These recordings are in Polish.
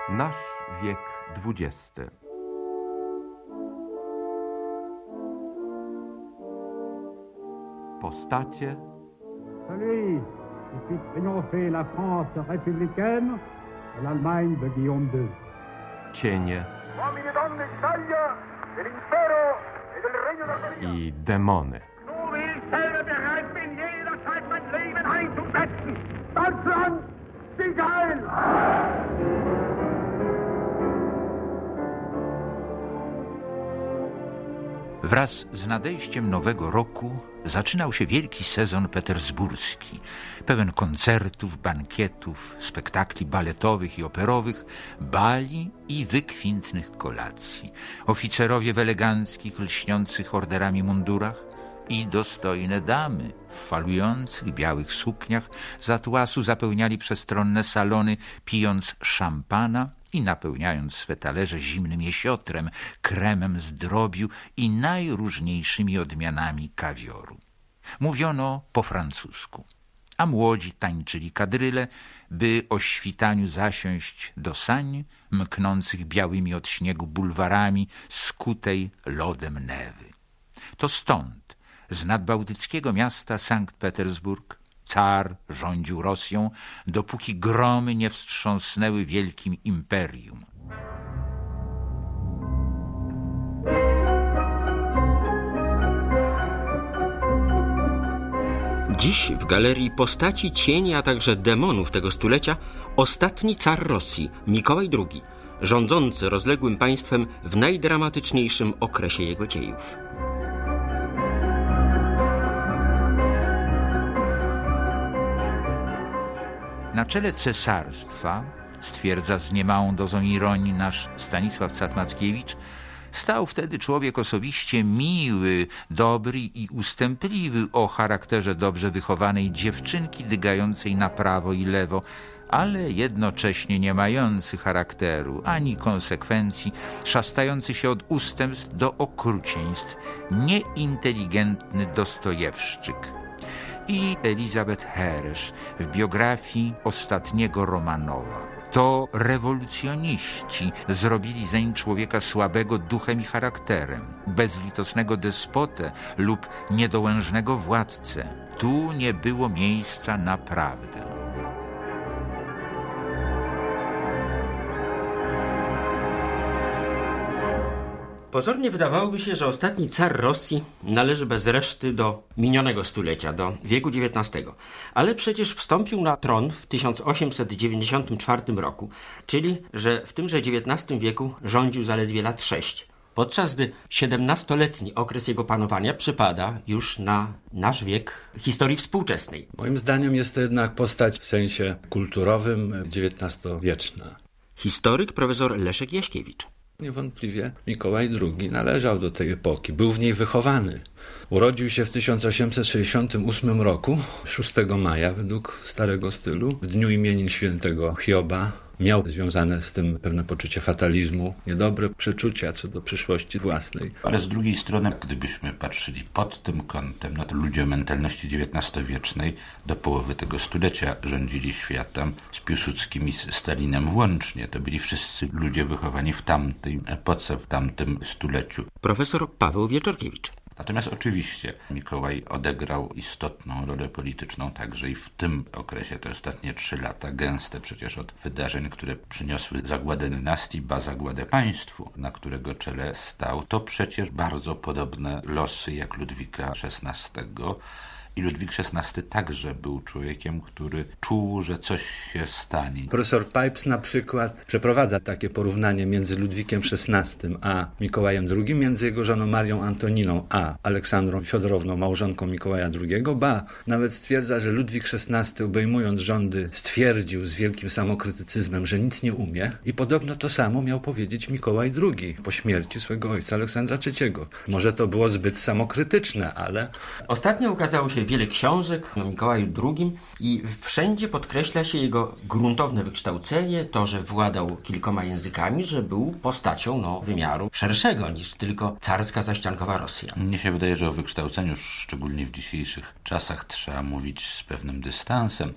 Nasz wiek XX. Postacie. Celui qui fit triompher la France républicaine et l'Allemagne de Guillaume II. Cienie. I demony. Deutschland, stieg ein! Wraz z nadejściem nowego roku zaczynał się wielki sezon petersburski, pełen koncertów, bankietów, spektakli baletowych i operowych, bali i wykwintnych kolacji. Oficerowie w eleganckich, lśniących orderami mundurach i dostojne damy w falujących białych sukniach z atłasu zapełniali przestronne salony, pijąc szampana i napełniając swe talerze zimnym jesiotrem, kremem z drobiu i najróżniejszymi odmianami kawioru. Mówiono po francusku, a młodzi tańczyli kadryle, by o świtaniu zasiąść do sań mknących białymi od śniegu bulwarami skutej lodem Newy. To stąd, z nadbałtyckiego miasta Sankt Petersburg, car rządził Rosją, dopóki gromy nie wstrząsnęły wielkim imperium. Dziś w galerii postaci, cieni, a także demonów tego stulecia ostatni car Rosji, Mikołaj II, rządzący rozległym państwem w najdramatyczniejszym okresie jego dziejów. Na czele cesarstwa, stwierdza z niemałą dozą ironii nasz Stanisław Cat-Mackiewicz, stał wtedy człowiek osobiście miły, dobry i ustępliwy, o charakterze dobrze wychowanej dziewczynki dygającej na prawo i lewo, ale jednocześnie nie mający charakteru ani konsekwencji, szastający się od ustępstw do okrucieństw, nieinteligentny Dostojewszczyk. I Elizabeth Heresz w biografii ostatniego Romanowa. To rewolucjoniści zrobili zeń człowieka słabego duchem i charakterem, bezlitosnego despotę lub niedołężnego władcę. Tu nie było miejsca na prawdę. Pozornie wydawałoby się, że ostatni car Rosji należy bez reszty do minionego stulecia, do wieku XIX. Ale przecież wstąpił na tron w 1894 roku, czyli że w tymże XIX wieku rządził zaledwie lat 6. Podczas gdy 17-letni okres jego panowania przypada już na nasz wiek historii współczesnej. Moim zdaniem jest to jednak postać w sensie kulturowym XIX-wieczna. Historyk profesor Leszek Jaśkiewicz. Niewątpliwie Mikołaj II należał do tej epoki, był w niej wychowany. Urodził się w 1868 roku, 6 maja według starego stylu, w dniu imienin świętego Hioba. Miał związane z tym pewne poczucie fatalizmu, niedobre przeczucia co do przyszłości własnej. Ale z drugiej strony, gdybyśmy patrzyli pod tym kątem, no to ludzie o mentalności XIX-wiecznej do połowy tego stulecia rządzili światem z Piłsudskim i z Stalinem włącznie. To byli wszyscy ludzie wychowani w tamtej epoce, w tamtym stuleciu. Profesor Paweł Wieczorkiewicz. Natomiast oczywiście Mikołaj odegrał istotną rolę polityczną także i w tym okresie, te ostatnie 3 lata, gęste przecież od wydarzeń, które przyniosły zagładę dynastii, ba zagładę państwu, na którego czele stał. To przecież bardzo podobne losy jak Ludwika XVI. I Ludwik XVI także był człowiekiem, który czuł, że coś się stanie. Profesor Pipes na przykład przeprowadza takie porównanie między Ludwikiem XVI a Mikołajem II, między jego żoną Marią Antoniną a Aleksandrą Fiodorowną, małżonką Mikołaja II. Ba, nawet stwierdza, że Ludwik XVI, obejmując rządy, stwierdził z wielkim samokrytycyzmem, że nic nie umie, i podobno to samo miał powiedzieć Mikołaj II po śmierci swego ojca Aleksandra III. Może to było zbyt samokrytyczne, ale... Ostatnio ukazało się wiele książek o Mikołaju II i wszędzie podkreśla się jego gruntowne wykształcenie, to, że władał kilkoma językami, że był postacią wymiaru szerszego niż tylko carska zaściankowa Rosja. Mnie się wydaje, że o wykształceniu, szczególnie w dzisiejszych czasach, trzeba mówić z pewnym dystansem,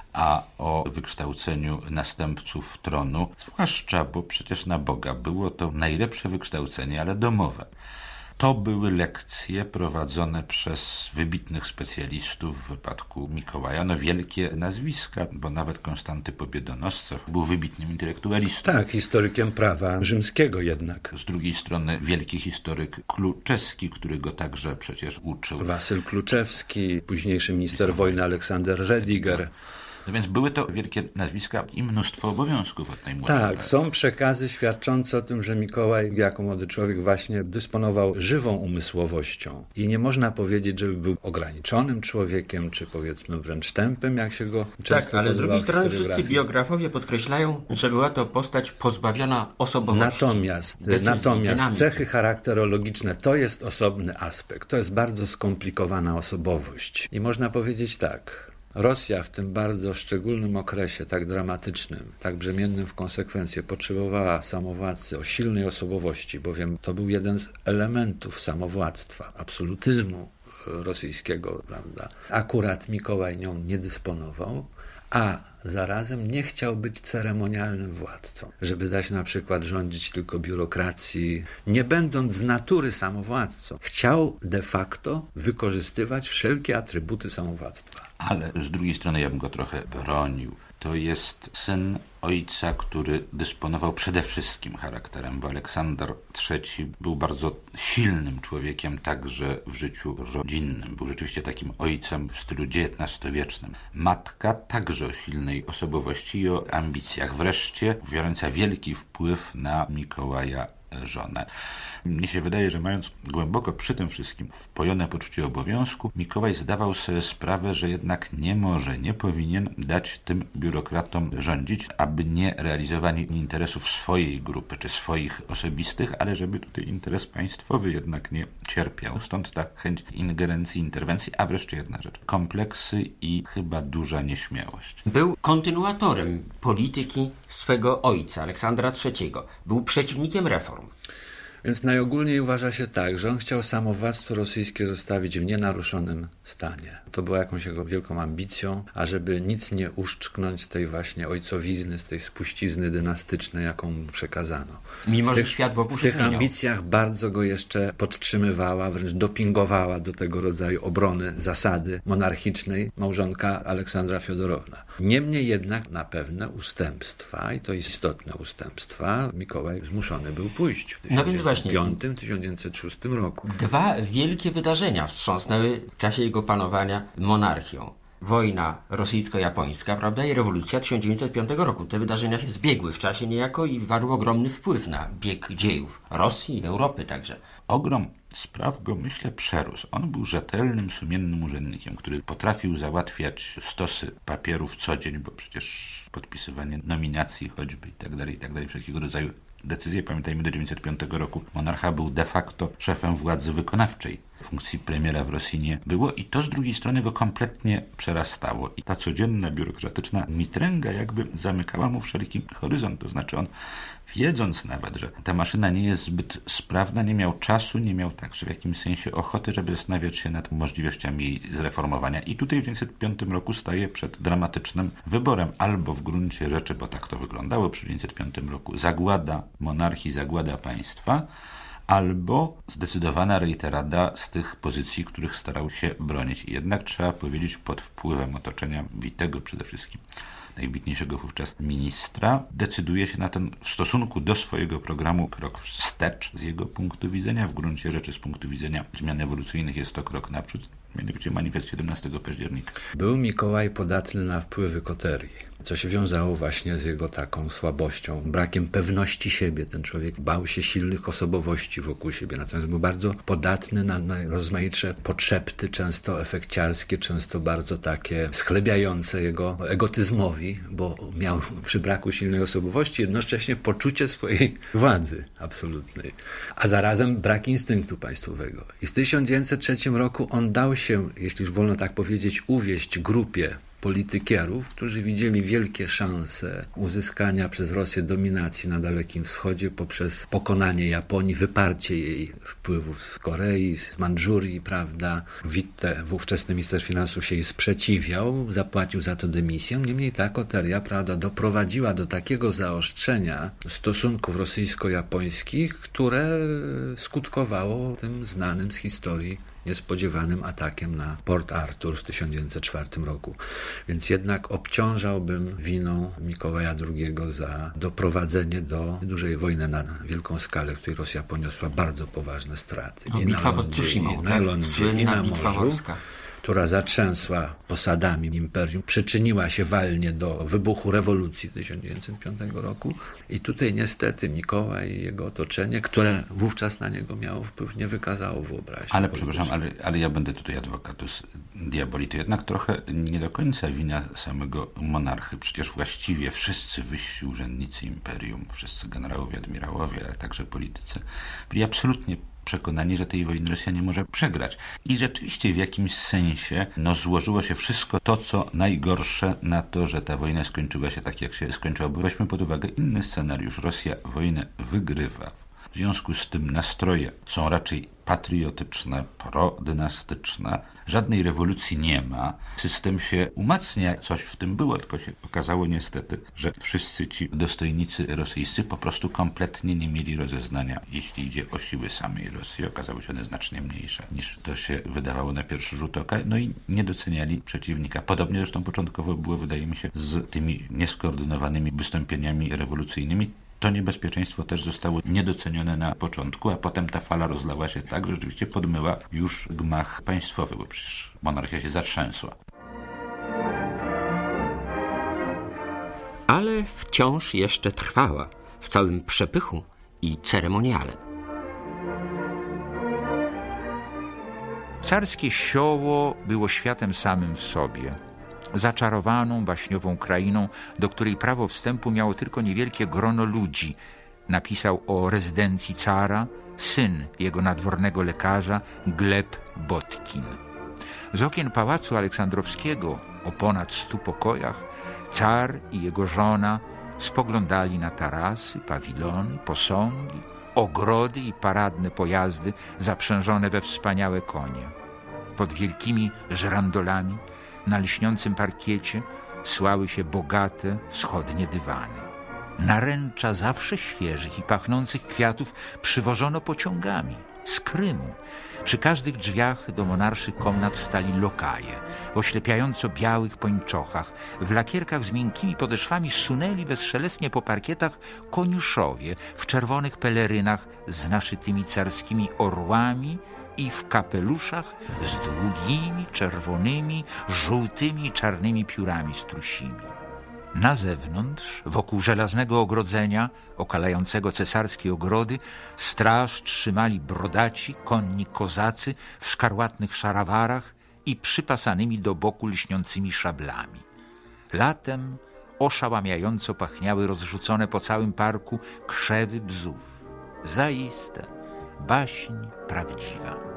a o wykształceniu następców tronu, zwłaszcza, bo przecież na Boga było to najlepsze wykształcenie, ale domowe. To były lekcje prowadzone przez wybitnych specjalistów w wypadku Mikołaja. Wielkie nazwiska, bo nawet Konstanty Pobiedonoscew był wybitnym intelektualistą. Tak, historykiem prawa rzymskiego jednak. Z drugiej strony wielki historyk Kluczewski, który go także przecież uczył. Wasyl Kluczewski, późniejszy minister wojny Aleksander Rediger. No więc były to wielkie nazwiska i mnóstwo obowiązków od najmłodszego. Tak, są przekazy świadczące o tym, że Mikołaj jako młody człowiek właśnie dysponował żywą umysłowością i nie można powiedzieć, żeby był ograniczonym człowiekiem, czy powiedzmy wręcz tępym, jak się go często Tak, ale z drugiej strony wszyscy historiografii. biografowie podkreślają, że była to postać pozbawiona osobowości. Natomiast cechy charakterologiczne to jest osobny aspekt, to jest bardzo skomplikowana osobowość. I można powiedzieć tak, Rosja w tym bardzo szczególnym okresie, tak dramatycznym, tak brzemiennym w konsekwencje, potrzebowała samowładcy o silnej osobowości, bowiem to był jeden z elementów samowładztwa, absolutyzmu rosyjskiego, prawda? Akurat Mikołaj nią nie dysponował, a zarazem nie chciał być ceremonialnym władcą, żeby dać na przykład rządzić tylko biurokracji, nie będąc z natury samowładcą. Chciał de facto wykorzystywać wszelkie atrybuty samowładztwa. Ale z drugiej strony ja bym go trochę bronił. To jest syn ojca, który dysponował przede wszystkim charakterem, bo Aleksander III był bardzo silnym człowiekiem także w życiu rodzinnym. Był rzeczywiście takim ojcem w stylu XIX-wiecznym. Matka także o silnej osobowości i o ambicjach. Wreszcie biorąca wielki wpływ na Mikołaja żonę. Mnie się wydaje, że mając głęboko przy tym wszystkim wpojone poczucie obowiązku, Mikołaj zdawał sobie sprawę, że jednak nie może, nie powinien dać tym biurokratom rządzić, aby nie realizowali interesów swojej grupy czy swoich osobistych, ale żeby tutaj interes państwowy jednak nie cierpiał. Stąd ta chęć ingerencji, interwencji, a wreszcie jedna rzecz. Kompleksy i chyba duża nieśmiałość. Był kontynuatorem polityki swego ojca, Aleksandra III. Był przeciwnikiem reform. Więc najogólniej uważa się tak, że on chciał samowładztwo rosyjskie zostawić w nienaruszonym stanie. To była jakąś jego wielką ambicją, ażeby nic nie uszczknąć z tej właśnie ojcowizny, z tej spuścizny dynastycznej, jaką mu przekazano. Mimo, że świat wokół się w tych zmieniał. ambicjach bardzo go jeszcze podtrzymywała, wręcz dopingowała do tego rodzaju obrony zasady monarchicznej małżonka Aleksandra Fiodorowna. Niemniej jednak na pewne ustępstwa, i to istotne ustępstwa, Mikołaj zmuszony był pójść w 1906 roku. Dwa wielkie wydarzenia wstrząsnęły w czasie jego panowania monarchią. Wojna rosyjsko-japońska, prawda, i rewolucja 1905 roku. Te wydarzenia się zbiegły w czasie niejako i wywarły ogromny wpływ na bieg dziejów Rosji i Europy także. Ogrom spraw go, myślę, przerósł. On był rzetelnym, sumiennym urzędnikiem, który potrafił załatwiać stosy papierów co dzień, bo przecież podpisywanie nominacji choćby i tak dalej, wszelkiego rodzaju decyzje. Pamiętajmy, do 1905 roku monarcha był de facto szefem władzy wykonawczej. Funkcji premiera w Rosji nie było i to z drugiej strony go kompletnie przerastało. I ta codzienna, biurokratyczna mitręga jakby zamykała mu wszelki horyzont. To znaczy on, wiedząc nawet, że ta maszyna nie jest zbyt sprawna, nie miał czasu, nie miał także w jakimś sensie ochoty, żeby zastanawiać się nad możliwościami jej zreformowania. I tutaj w 1905 roku staje przed dramatycznym wyborem. Albo w gruncie rzeczy, bo tak to wyglądało przy 1905 roku, zagłada monarchii, zagłada państwa, albo zdecydowana rejterada z tych pozycji, których starał się bronić. I jednak trzeba powiedzieć, pod wpływem otoczenia bitego przede wszystkim najwybitniejszego wówczas ministra, decyduje się na ten w stosunku do swojego programu krok wstecz z jego punktu widzenia. W gruncie rzeczy z punktu widzenia zmian ewolucyjnych jest to krok naprzód. Mianowicie manifest 17 października. Był Mikołaj podatny na wpływy koterii. co się wiązało właśnie z jego taką słabością, brakiem pewności siebie. Ten człowiek bał się silnych osobowości wokół siebie, natomiast był bardzo podatny na najrozmaitsze podszepty, często efekciarskie, często bardzo takie schlebiające jego egotyzmowi, bo miał przy braku silnej osobowości jednocześnie poczucie swojej władzy absolutnej, a zarazem brak instynktu państwowego. I w 1903 roku on dał się, jeśli już wolno tak powiedzieć, uwieść grupie politykierów, którzy widzieli wielkie szanse uzyskania przez Rosję dominacji na Dalekim Wschodzie poprzez pokonanie Japonii, wyparcie jej wpływów z Korei, z Mandżurii, prawda. Witte, ówczesny minister finansów, się jej sprzeciwiał, zapłacił za to dymisję. Niemniej ta koteria, prawda, doprowadziła do takiego zaostrzenia stosunków rosyjsko-japońskich, które skutkowało tym znanym z historii niespodziewanym atakiem na Port Arthur w 1904 roku. Więc jednak obciążałbym winą Mikołaja II za doprowadzenie do dużej wojny na wielką skalę, w której Rosja poniosła bardzo poważne straty. I na lądzie, i na morzu, która zatrzęsła posadami imperium, przyczyniła się walnie do wybuchu rewolucji 1905 roku i tutaj niestety Mikołaj i jego otoczenie, które wówczas na niego miało wpływ, nie wykazało wyobraźni. Ale przepraszam, ale ja będę tutaj advocatus diaboli. To jednak trochę nie do końca wina samego monarchy. Przecież właściwie wszyscy wyżsi urzędnicy imperium, wszyscy generałowie, admirałowie, ale także politycy, byli absolutnie przekonani, że tej wojny Rosja nie może przegrać. I rzeczywiście w jakimś sensie złożyło się wszystko to, co najgorsze na to, że ta wojna skończyła się tak, jak się skończyła. Bo weźmy pod uwagę inny scenariusz. Rosja wojnę wygrywa. W związku z tym nastroje są raczej patriotyczne, prodynastyczne. Żadnej rewolucji nie ma. System się umacnia. Coś w tym było, tylko się okazało niestety, że wszyscy ci dostojnicy rosyjscy po prostu kompletnie nie mieli rozeznania, jeśli idzie o siły samej Rosji. Okazały się one znacznie mniejsze, niż to się wydawało na pierwszy rzut oka. I nie doceniali przeciwnika. Podobnie zresztą początkowo było, wydaje mi się, z tymi nieskoordynowanymi wystąpieniami rewolucyjnymi. To niebezpieczeństwo też zostało niedocenione na początku, a potem ta fala rozlała się tak, że rzeczywiście podmyła już gmach państwowy, bo przecież monarchia się zatrzęsła. Ale wciąż jeszcze trwała w całym przepychu i ceremoniale. Carskie Sioło było światem samym w sobie. Zaczarowaną, baśniową krainą, do której prawo wstępu miało tylko niewielkie grono ludzi, napisał o rezydencji cara syn jego nadwornego lekarza Gleb Botkin. Z okien Pałacu Aleksandrowskiego o ponad 100 pokojach car i jego żona spoglądali na tarasy, pawilony, posągi, ogrody i paradne pojazdy zaprzężone we wspaniałe konie. Pod wielkimi żrandolami na lśniącym parkiecie słały się bogate wschodnie dywany. Naręcza zawsze świeżych i pachnących kwiatów przywożono pociągami z Krymu. Przy każdych drzwiach do monarszych komnat stali lokaje w oślepiająco białych pończochach. W lakierkach z miękkimi podeszwami sunęli bezszelestnie po parkietach koniuszowie w czerwonych pelerynach z naszytymi carskimi orłami i w kapeluszach z długimi, czerwonymi, żółtymi i czarnymi piórami strusimi. Na zewnątrz, wokół żelaznego ogrodzenia, okalającego cesarskie ogrody, straż trzymali brodaci, konni kozacy w szkarłatnych szarawarach i przypasanymi do boku lśniącymi szablami. Latem oszałamiająco pachniały rozrzucone po całym parku krzewy bzów. Zaiste baśń prawdziwa.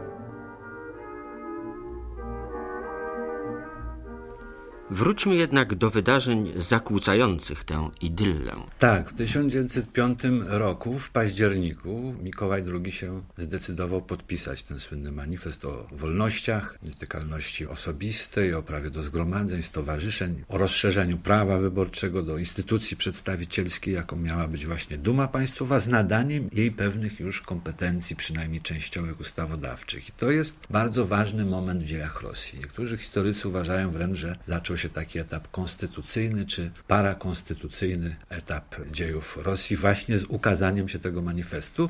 Wróćmy jednak do wydarzeń zakłócających tę idyllę. Tak, w 1905 roku, w październiku, Mikołaj II się zdecydował podpisać ten słynny manifest o wolnościach, nietykalności osobistej, o prawie do zgromadzeń, stowarzyszeń, o rozszerzeniu prawa wyborczego do instytucji przedstawicielskiej, jaką miała być właśnie Duma Państwowa, z nadaniem jej pewnych już kompetencji, przynajmniej częściowych, ustawodawczych. I to jest bardzo ważny moment w dziejach Rosji. Niektórzy historycy uważają wręcz, że zaczął się taki etap konstytucyjny czy parakonstytucyjny etap dziejów Rosji właśnie z ukazaniem się tego manifestu,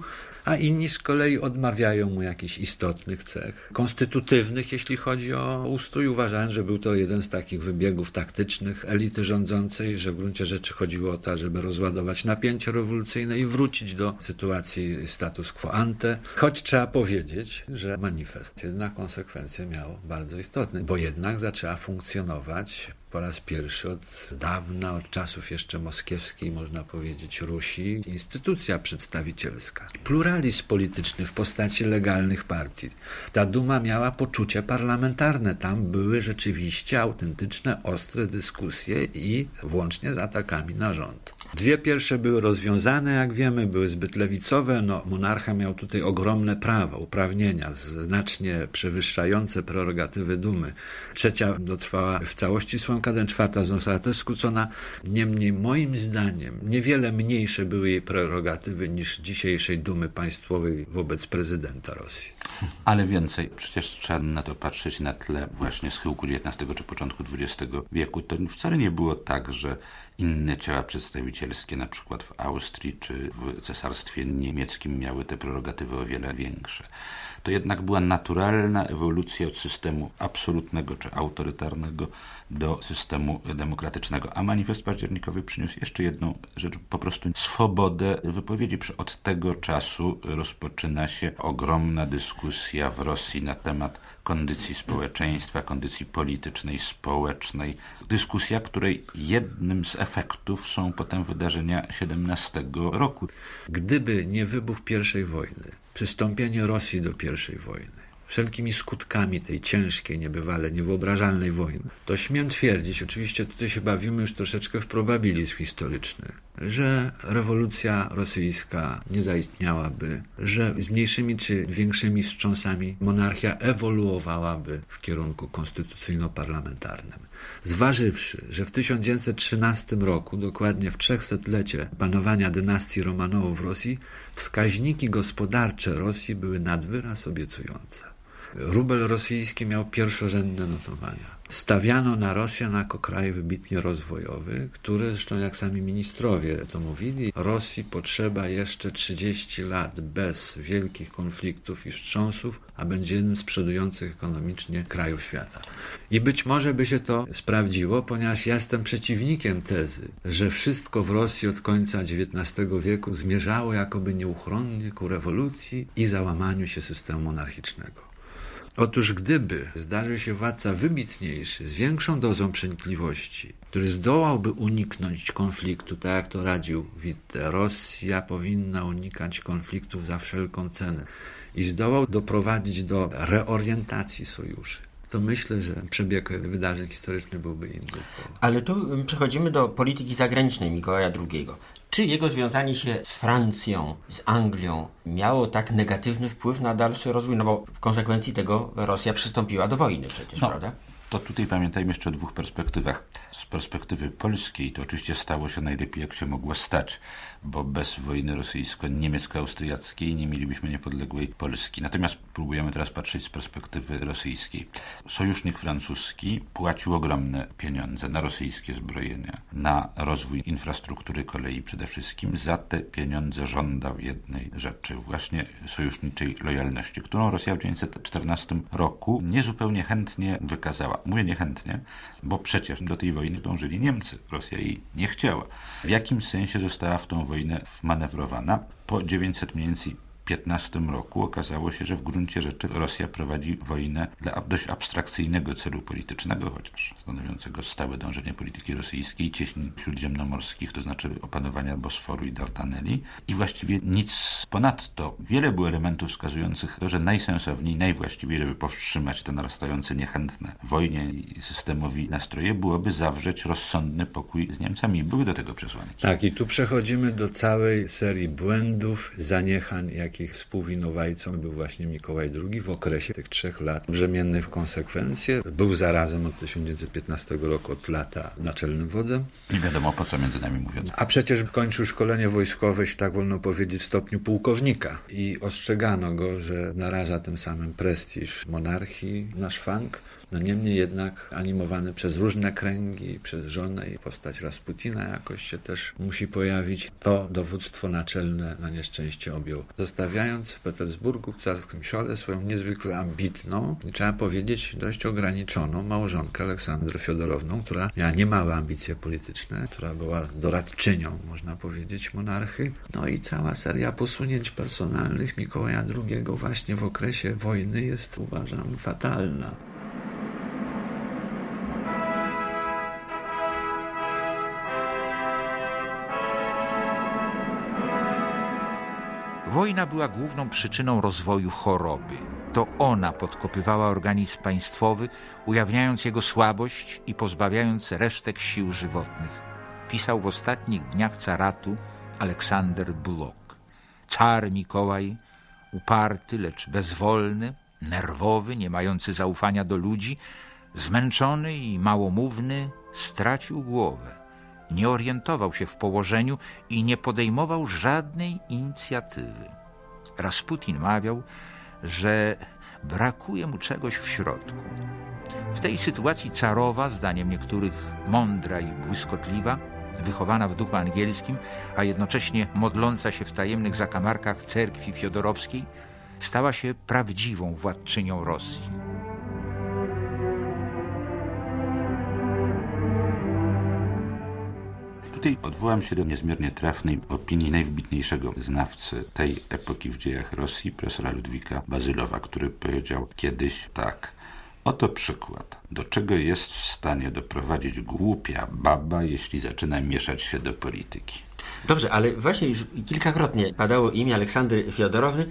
a inni z kolei odmawiają mu jakichś istotnych cech konstytutywnych, jeśli chodzi o ustrój, uważając, że był to jeden z takich wybiegów taktycznych elity rządzącej, że w gruncie rzeczy chodziło o to, żeby rozładować napięcie rewolucyjne i wrócić do sytuacji status quo ante. Choć trzeba powiedzieć, że manifest jednak konsekwencje miał bardzo istotne, bo jednak zaczęła funkcjonować po raz pierwszy od dawna, od czasów jeszcze moskiewskiej, można powiedzieć, Rusi, instytucja przedstawicielska. Pluralizm polityczny w postaci legalnych partii. Ta Duma miała poczucie parlamentarne. Tam były rzeczywiście autentyczne, ostre dyskusje i włącznie z atakami na rząd. Dwie pierwsze były rozwiązane, jak wiemy, były zbyt lewicowe. Monarcha miał tutaj ogromne prawa, uprawnienia, znacznie przewyższające prerogatywy Dumy. Trzecia dotrwała w całości swoją kadencję, czwarta została też skrócona. Niemniej moim zdaniem niewiele mniejsze były jej prerogatywy niż dzisiejszej Dumy Państwowej wobec prezydenta Rosji. Ale więcej, przecież trzeba na to patrzeć na tle właśnie schyłku XIX czy początku XX wieku. To wcale nie było tak, że inne ciała przedstawicielskie, na przykład w Austrii czy w Cesarstwie Niemieckim, miały te prerogatywy o wiele większe. To jednak była naturalna ewolucja od systemu absolutnego czy autorytarnego do systemu demokratycznego. A manifest październikowy przyniósł jeszcze jedną rzecz, po prostu swobodę wypowiedzi. Od tego czasu rozpoczyna się ogromna dyskusja w Rosji na temat kondycji społeczeństwa, kondycji politycznej, społecznej. Dyskusja, której jednym z efektów są potem wydarzenia 17 roku. Gdyby nie wybuch I wojny, przystąpienie Rosji do I wojny, wszelkimi skutkami tej ciężkiej, niebywale niewyobrażalnej wojny, to śmiem twierdzić, oczywiście tutaj się bawimy już troszeczkę w probabilizm historyczny, że rewolucja rosyjska nie zaistniałaby, że z mniejszymi czy większymi wstrząsami monarchia ewoluowałaby w kierunku konstytucyjno-parlamentarnym. Zważywszy, że w 1913 roku, dokładnie w 300-lecie panowania dynastii Romanowów w Rosji, wskaźniki gospodarcze Rosji były nad wyraz obiecujące. Rubel rosyjski miał pierwszorzędne notowania. Stawiano na Rosję jako kraj wybitnie rozwojowy, który, zresztą jak sami ministrowie to mówili, Rosji potrzeba jeszcze 30 lat bez wielkich konfliktów i wstrząsów, a będzie jednym z przodujących ekonomicznie krajów świata. I być może by się to sprawdziło, ponieważ ja jestem przeciwnikiem tezy, że wszystko w Rosji od końca XIX wieku zmierzało jakoby nieuchronnie ku rewolucji i załamaniu się systemu monarchicznego. Otóż gdyby zdarzył się władca wybitniejszy, z większą dozą przenikliwości, który zdołałby uniknąć konfliktu, tak jak to radził Witte, Rosja powinna unikać konfliktów za wszelką cenę i zdołał doprowadzić do reorientacji sojuszy, to myślę, że przebieg wydarzeń historycznych byłby inny. Ale tu przechodzimy do polityki zagranicznej Mikołaja II. Czy jego związanie się z Francją, z Anglią miało tak negatywny wpływ na dalszy rozwój? No bo w konsekwencji tego Rosja przystąpiła do wojny przecież, prawda? To tutaj pamiętajmy jeszcze o dwóch perspektywach. Z perspektywy polskiej to oczywiście stało się najlepiej, jak się mogło stać, bo bez wojny rosyjsko-niemiecko-austriackiej nie mielibyśmy niepodległej Polski. Natomiast próbujemy teraz patrzeć z perspektywy rosyjskiej. Sojusznik francuski płacił ogromne pieniądze na rosyjskie zbrojenia, na rozwój infrastruktury kolei przede wszystkim. Za te pieniądze żądał jednej rzeczy, właśnie sojuszniczej lojalności, którą Rosja w 1914 roku niezupełnie chętnie wykazała. Mówię niechętnie, bo przecież do tej wojny dążyli Niemcy. Rosja jej nie chciała. W jakim sensie została w tą wojnę wmanewrowana? Po 1915 roku okazało się, że w gruncie rzeczy Rosja prowadzi wojnę dla dość abstrakcyjnego celu politycznego, chociaż stanowiącego stałe dążenie polityki rosyjskiej, cieśnin śródziemnomorskich, to znaczy opanowania Bosforu i Dardaneli i właściwie nic ponadto. Wiele było elementów wskazujących to, że najsensowniej, najwłaściwiej, żeby powstrzymać te narastające niechętne wojnie i systemowi nastroje, byłoby zawrzeć rozsądny pokój z Niemcami. Były do tego przesłanki. Tak, i tu przechodzimy do całej serii błędów, zaniechań, jakich współwinowajcą był właśnie Mikołaj II w okresie tych 3 lat brzemiennych w konsekwencje. Był zarazem od 1915 roku, od lata naczelnym wodzem. Nie wiadomo po co między nami mówiąc. A przecież kończył szkolenie wojskowe, jeśli tak wolno powiedzieć, w stopniu pułkownika. I ostrzegano go, że naraża tym samym prestiż monarchii na szwank. No niemniej jednak animowany przez różne kręgi, przez żonę i postać Rasputina jakoś się też musi pojawić. To dowództwo naczelne na nieszczęście objął, zostawiając w Petersburgu w carskim siole swoją niezwykle ambitną i trzeba powiedzieć dość ograniczoną małżonkę Aleksandrę Fiodorowną, która miała niemałe ambicje polityczne, która była doradczynią, można powiedzieć, monarchy. No i cała seria posunięć personalnych Mikołaja II właśnie w okresie wojny jest, uważam, fatalna. Wojna była główną przyczyną rozwoju choroby. To ona podkopywała organizm państwowy, ujawniając jego słabość i pozbawiając resztek sił żywotnych. Pisał w ostatnich dniach caratu Aleksander Blok. Car Mikołaj, uparty, lecz bezwolny, nerwowy, nie mający zaufania do ludzi, zmęczony i małomówny, stracił głowę. Nie orientował się w położeniu i nie podejmował żadnej inicjatywy. Rasputin mawiał, że brakuje mu czegoś w środku. W tej sytuacji carowa, zdaniem niektórych mądra i błyskotliwa, wychowana w duchu angielskim, a jednocześnie modląca się w tajemnych zakamarkach cerkwi fiodorowskiej, stała się prawdziwą władczynią Rosji. Tutaj odwołam się do niezmiernie trafnej opinii najwybitniejszego znawcy tej epoki w dziejach Rosji, profesora Ludwika Bazylowa, który powiedział kiedyś tak: oto przykład, do czego jest w stanie doprowadzić głupia baba, jeśli zaczyna mieszać się do polityki. Dobrze, ale właśnie już kilkakrotnie padało imię Aleksandry Fiodorowny.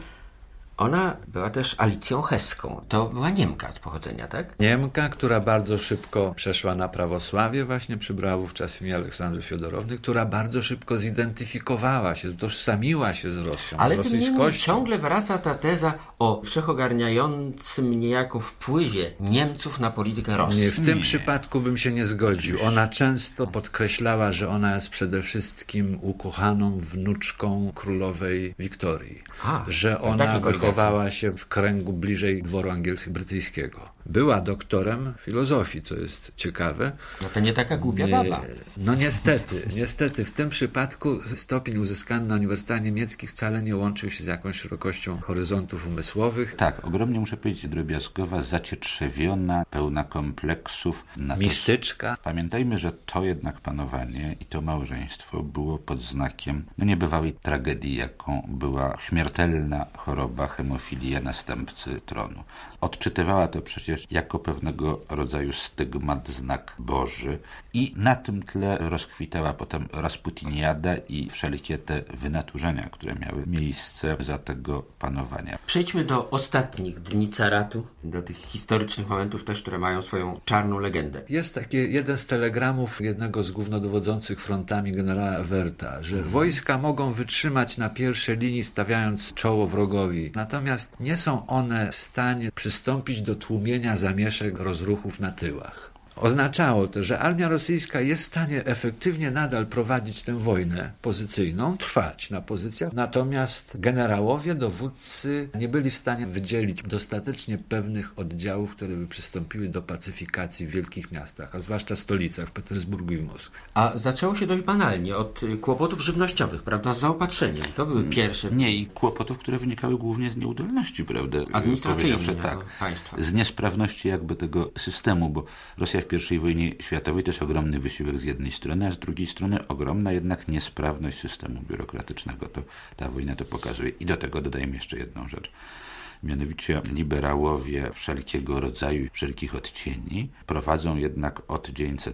Ona była też Alicją Heską. To była Niemka z pochodzenia, tak? Niemka, która bardzo szybko przeszła na prawosławie, właśnie przybrała wówczas imię Aleksandry Fiodorowny, która bardzo szybko zidentyfikowała się, utożsamiła się z Rosją, ale z rosyjskością. Ciągle wraca ta teza o wszechogarniającym niejako wpływie Niemców na politykę Rosji. Nie, w tym przypadku bym się nie zgodził. Ona często podkreślała, że ona jest przede wszystkim ukochaną wnuczką królowej Wiktorii. Że ona wychowała się w kręgu bliżej dworu angielsko-brytyjskiego. Była doktorem filozofii, co jest ciekawe. No to nie taka głupia baba. No niestety w tym przypadku stopień uzyskany na Uniwersytecie Niemieckim wcale nie łączył się z jakąś szerokością horyzontów umysłowych. Tak, ogromnie muszę powiedzieć drobiazgowa, zacietrzewiona, pełna kompleksów. Mistyczka. Pamiętajmy, że to jednak panowanie i to małżeństwo było pod znakiem niebywałej tragedii, jaką była śmiertelna choroba hemofilia następcy tronu. Odczytywała to przecież jako pewnego rodzaju stygmat, znak Boży i na tym tle rozkwitała potem Rasputiniada i wszelkie te wynaturzenia, które miały miejsce za tego panowania. Przejdźmy do ostatnich dni caratu, do tych historycznych momentów też, które mają swoją czarną legendę. Jest taki jeden z telegramów jednego z głównodowodzących frontami generała Werta, że wojska mogą wytrzymać na pierwszej linii, stawiając czoło wrogowi. Natomiast nie są one w stanie przystąpić do tłumienia zamieszek, rozruchów na tyłach. Oznaczało to, że armia rosyjska jest w stanie efektywnie nadal prowadzić tę wojnę pozycyjną, trwać na pozycjach, natomiast generałowie, dowódcy nie byli w stanie wydzielić dostatecznie pewnych oddziałów, które by przystąpiły do pacyfikacji w wielkich miastach, a zwłaszcza stolicach, w Petersburgu i w Moskwie. A zaczęło się dość banalnie, od kłopotów żywnościowych, prawda, z zaopatrzeniem. To były pierwsze... Nie, i kłopotów, które wynikały głównie z nieudolności, prawda? Administracyjnej tak, państwa. Z niesprawności jakby tego systemu, bo Rosja w I wojnie światowej to jest ogromny wysiłek z jednej strony, a z drugiej strony ogromna jednak niesprawność systemu biurokratycznego. To ta wojna to pokazuje. I do tego dodajmy jeszcze jedną rzecz. Mianowicie liberałowie wszelkiego rodzaju, wszelkich odcieni prowadzą jednak od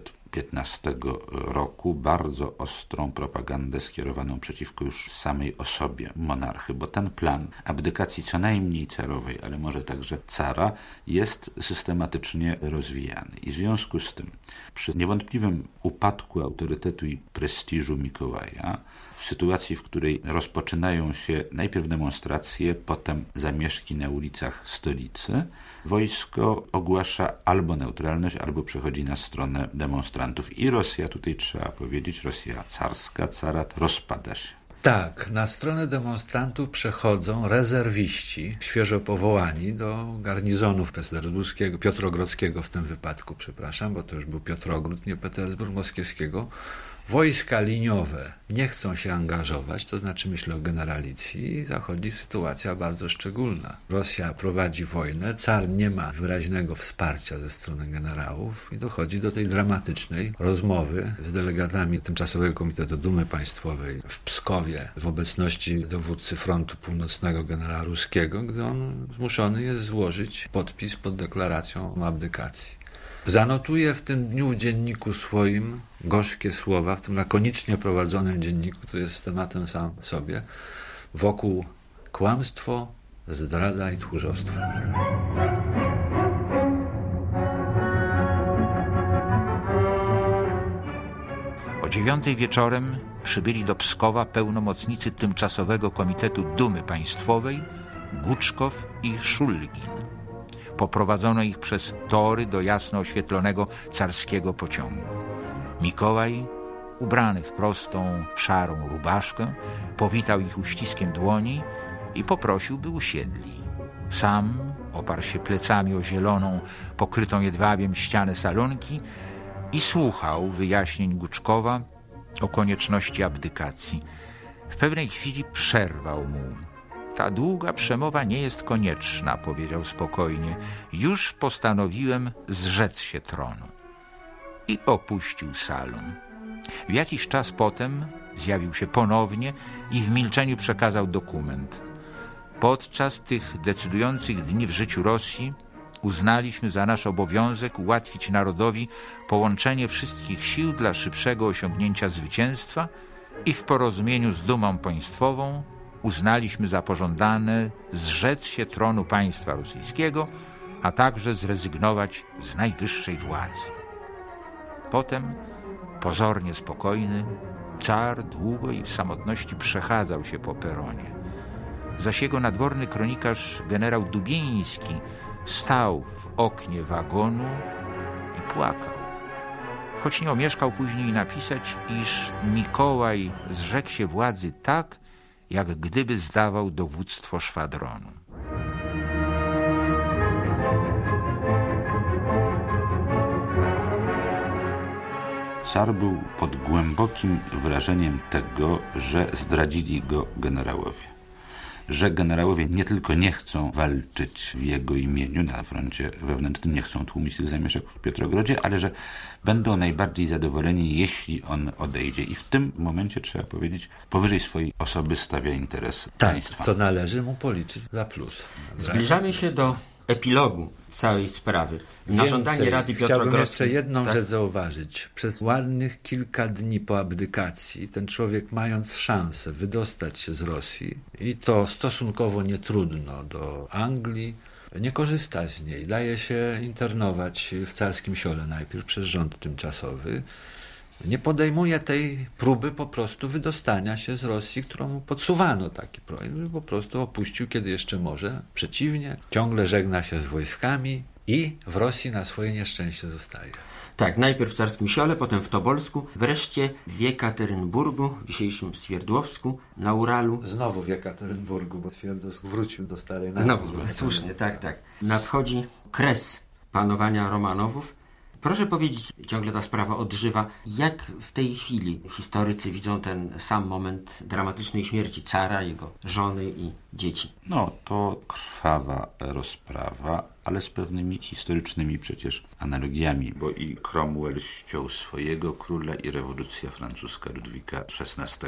1915 roku bardzo ostrą propagandę skierowaną przeciwko już samej osobie monarchy, bo ten plan abdykacji co najmniej carowej, ale może także cara, jest systematycznie rozwijany. I w związku z tym przy niewątpliwym upadku autorytetu i prestiżu Mikołaja, w sytuacji, w której rozpoczynają się najpierw demonstracje, potem zamieszki na ulicach stolicy, wojsko ogłasza albo neutralność, albo przechodzi na stronę demonstrantów. I Rosja, tutaj trzeba powiedzieć, Rosja carska, carat rozpada się. Tak, na stronę demonstrantów przechodzą rezerwiści, świeżo powołani do garnizonów petersburskiego, Piotrogrodzkiego w tym wypadku, przepraszam, bo to już był Piotrogród, nie Petersburg, moskiewskiego. Wojska liniowe nie chcą się angażować, to znaczy myślę o generalicji, i zachodzi sytuacja bardzo szczególna. Rosja prowadzi wojnę, car nie ma wyraźnego wsparcia ze strony generałów i dochodzi do tej dramatycznej rozmowy z delegatami Tymczasowego Komitetu Dumy Państwowej w Pskowie w obecności dowódcy Frontu Północnego generała Ruskiego, gdy on zmuszony jest złożyć podpis pod deklaracją o abdykacji. Zanotuje w tym dniu w dzienniku swoim gorzkie słowa, w tym lakonicznie prowadzonym dzienniku, który jest tematem sam w sobie, wokół kłamstwo, zdrada i tchórzostwo. O 9:00 wieczorem przybyli do Pskowa pełnomocnicy Tymczasowego Komitetu Dumy Państwowej Guczkow i Szulgin. Poprowadzono ich przez tory do jasno oświetlonego carskiego pociągu. Mikołaj, ubrany w prostą, szarą rubaszkę, powitał ich uściskiem dłoni i poprosił, by usiedli. Sam oparł się plecami o zieloną, pokrytą jedwabiem ścianę salonki i słuchał wyjaśnień Guczkowa o konieczności abdykacji. W pewnej chwili przerwał mu. Ta długa przemowa nie jest konieczna, powiedział spokojnie. Już postanowiłem zrzec się tronu. I opuścił salon. W jakiś czas potem zjawił się ponownie i w milczeniu przekazał dokument. Podczas tych decydujących dni w życiu Rosji uznaliśmy za nasz obowiązek ułatwić narodowi połączenie wszystkich sił dla szybszego osiągnięcia zwycięstwa i w porozumieniu z Dumą Państwową uznaliśmy za pożądane zrzec się tronu państwa rosyjskiego, a także zrezygnować z najwyższej władzy. Potem, pozornie spokojny, car długo i w samotności przechadzał się po peronie. Zaś jego nadworny kronikarz generał Dubieński stał w oknie wagonu i płakał. Choć nie omieszkał później napisać, iż Mikołaj zrzekł się władzy tak, jak gdyby zdawał dowództwo szwadronu. Car był pod głębokim wrażeniem tego, że zdradzili go generałowie. Że generałowie nie tylko nie chcą walczyć w jego imieniu na froncie wewnętrznym, nie chcą tłumić tych zamieszek w Piotrogrodzie, ale że będą najbardziej zadowoleni, jeśli on odejdzie. I w tym momencie, trzeba powiedzieć, powyżej swojej osoby stawia interes państwa. Co należy mu policzyć za plus. Zbliżamy się do epilogu całej sprawy. Na żądanie Rady Piotrogrodzkiej. Chciałbym jeszcze jedną rzecz zauważyć. Przez ładnych kilka dni po abdykacji ten człowiek, mając szansę wydostać się z Rosji i to stosunkowo nietrudno do Anglii, nie korzysta z niej. Daje się internować w Carskim Siole najpierw przez rząd tymczasowy. Nie podejmuje tej próby po prostu wydostania się z Rosji, którą mu podsuwano taki projekt, że po prostu opuścił, kiedy jeszcze może. Przeciwnie, ciągle żegna się z wojskami i w Rosji na swoje nieszczęście zostaje. Tak, najpierw w Carskim Siole, potem w Tobolsku, wreszcie w Jekaterynburgu, w dzisiejszym Swierdłowsku, na Uralu. Znowu w Jekaterynburgu, bo Swierdłowsk wrócił do starej nazwy. Znowu, słusznie, tak. Nadchodzi kres panowania Romanowów. Proszę powiedzieć, ciągle ta sprawa odżywa, jak w tej chwili historycy widzą ten sam moment dramatycznej śmierci cara, jego żony i dzieci? No, to krwawa rozprawa, ale z pewnymi historycznymi przecież analogiami, bo i Cromwell ściął swojego króla i rewolucja francuska Ludwika XVI.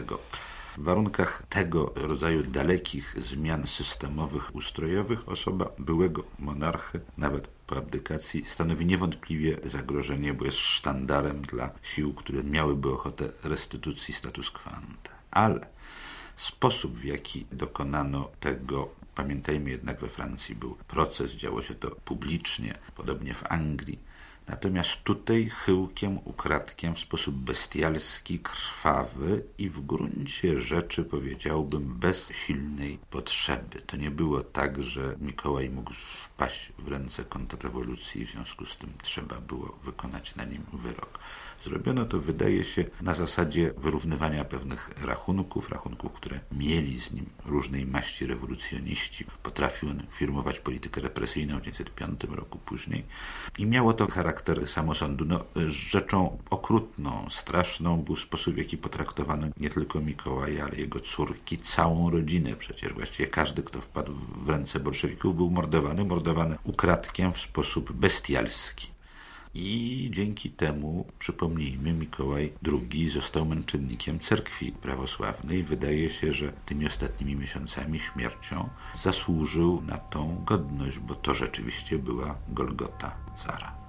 W warunkach tego rodzaju dalekich zmian systemowych, ustrojowych osoba byłego monarchy, nawet po abdykacji, stanowi niewątpliwie zagrożenie, bo jest sztandarem dla sił, które miałyby ochotę restytucji status quo ante. Ale sposób, w jaki dokonano tego, pamiętajmy jednak, we Francji był proces, działo się to publicznie, podobnie w Anglii. Natomiast tutaj chyłkiem, ukradkiem, w sposób bestialski, krwawy i w gruncie rzeczy, powiedziałbym, bez silnej potrzeby. To nie było tak, że Mikołaj mógł wpaść w ręce kontrrewolucji i w związku z tym trzeba było wykonać na nim wyrok. Zrobiono to, wydaje się, na zasadzie wyrównywania pewnych rachunków, które mieli z nim różnej maści rewolucjoniści. Potrafił on firmować politykę represyjną w 1905 roku później i miało to charakter samosądu. Rzeczą okrutną, straszną był sposób, w jaki potraktowano nie tylko Mikołaja, ale jego córki, całą rodzinę. Przecież właściwie każdy, kto wpadł w ręce bolszewików, był mordowany ukradkiem w sposób bestialski. I dzięki temu, przypomnijmy, Mikołaj II został męczennikiem cerkwi prawosławnej. Wydaje się, że tymi ostatnimi miesiącami, śmiercią, zasłużył na tą godność, bo to rzeczywiście była Golgota cara.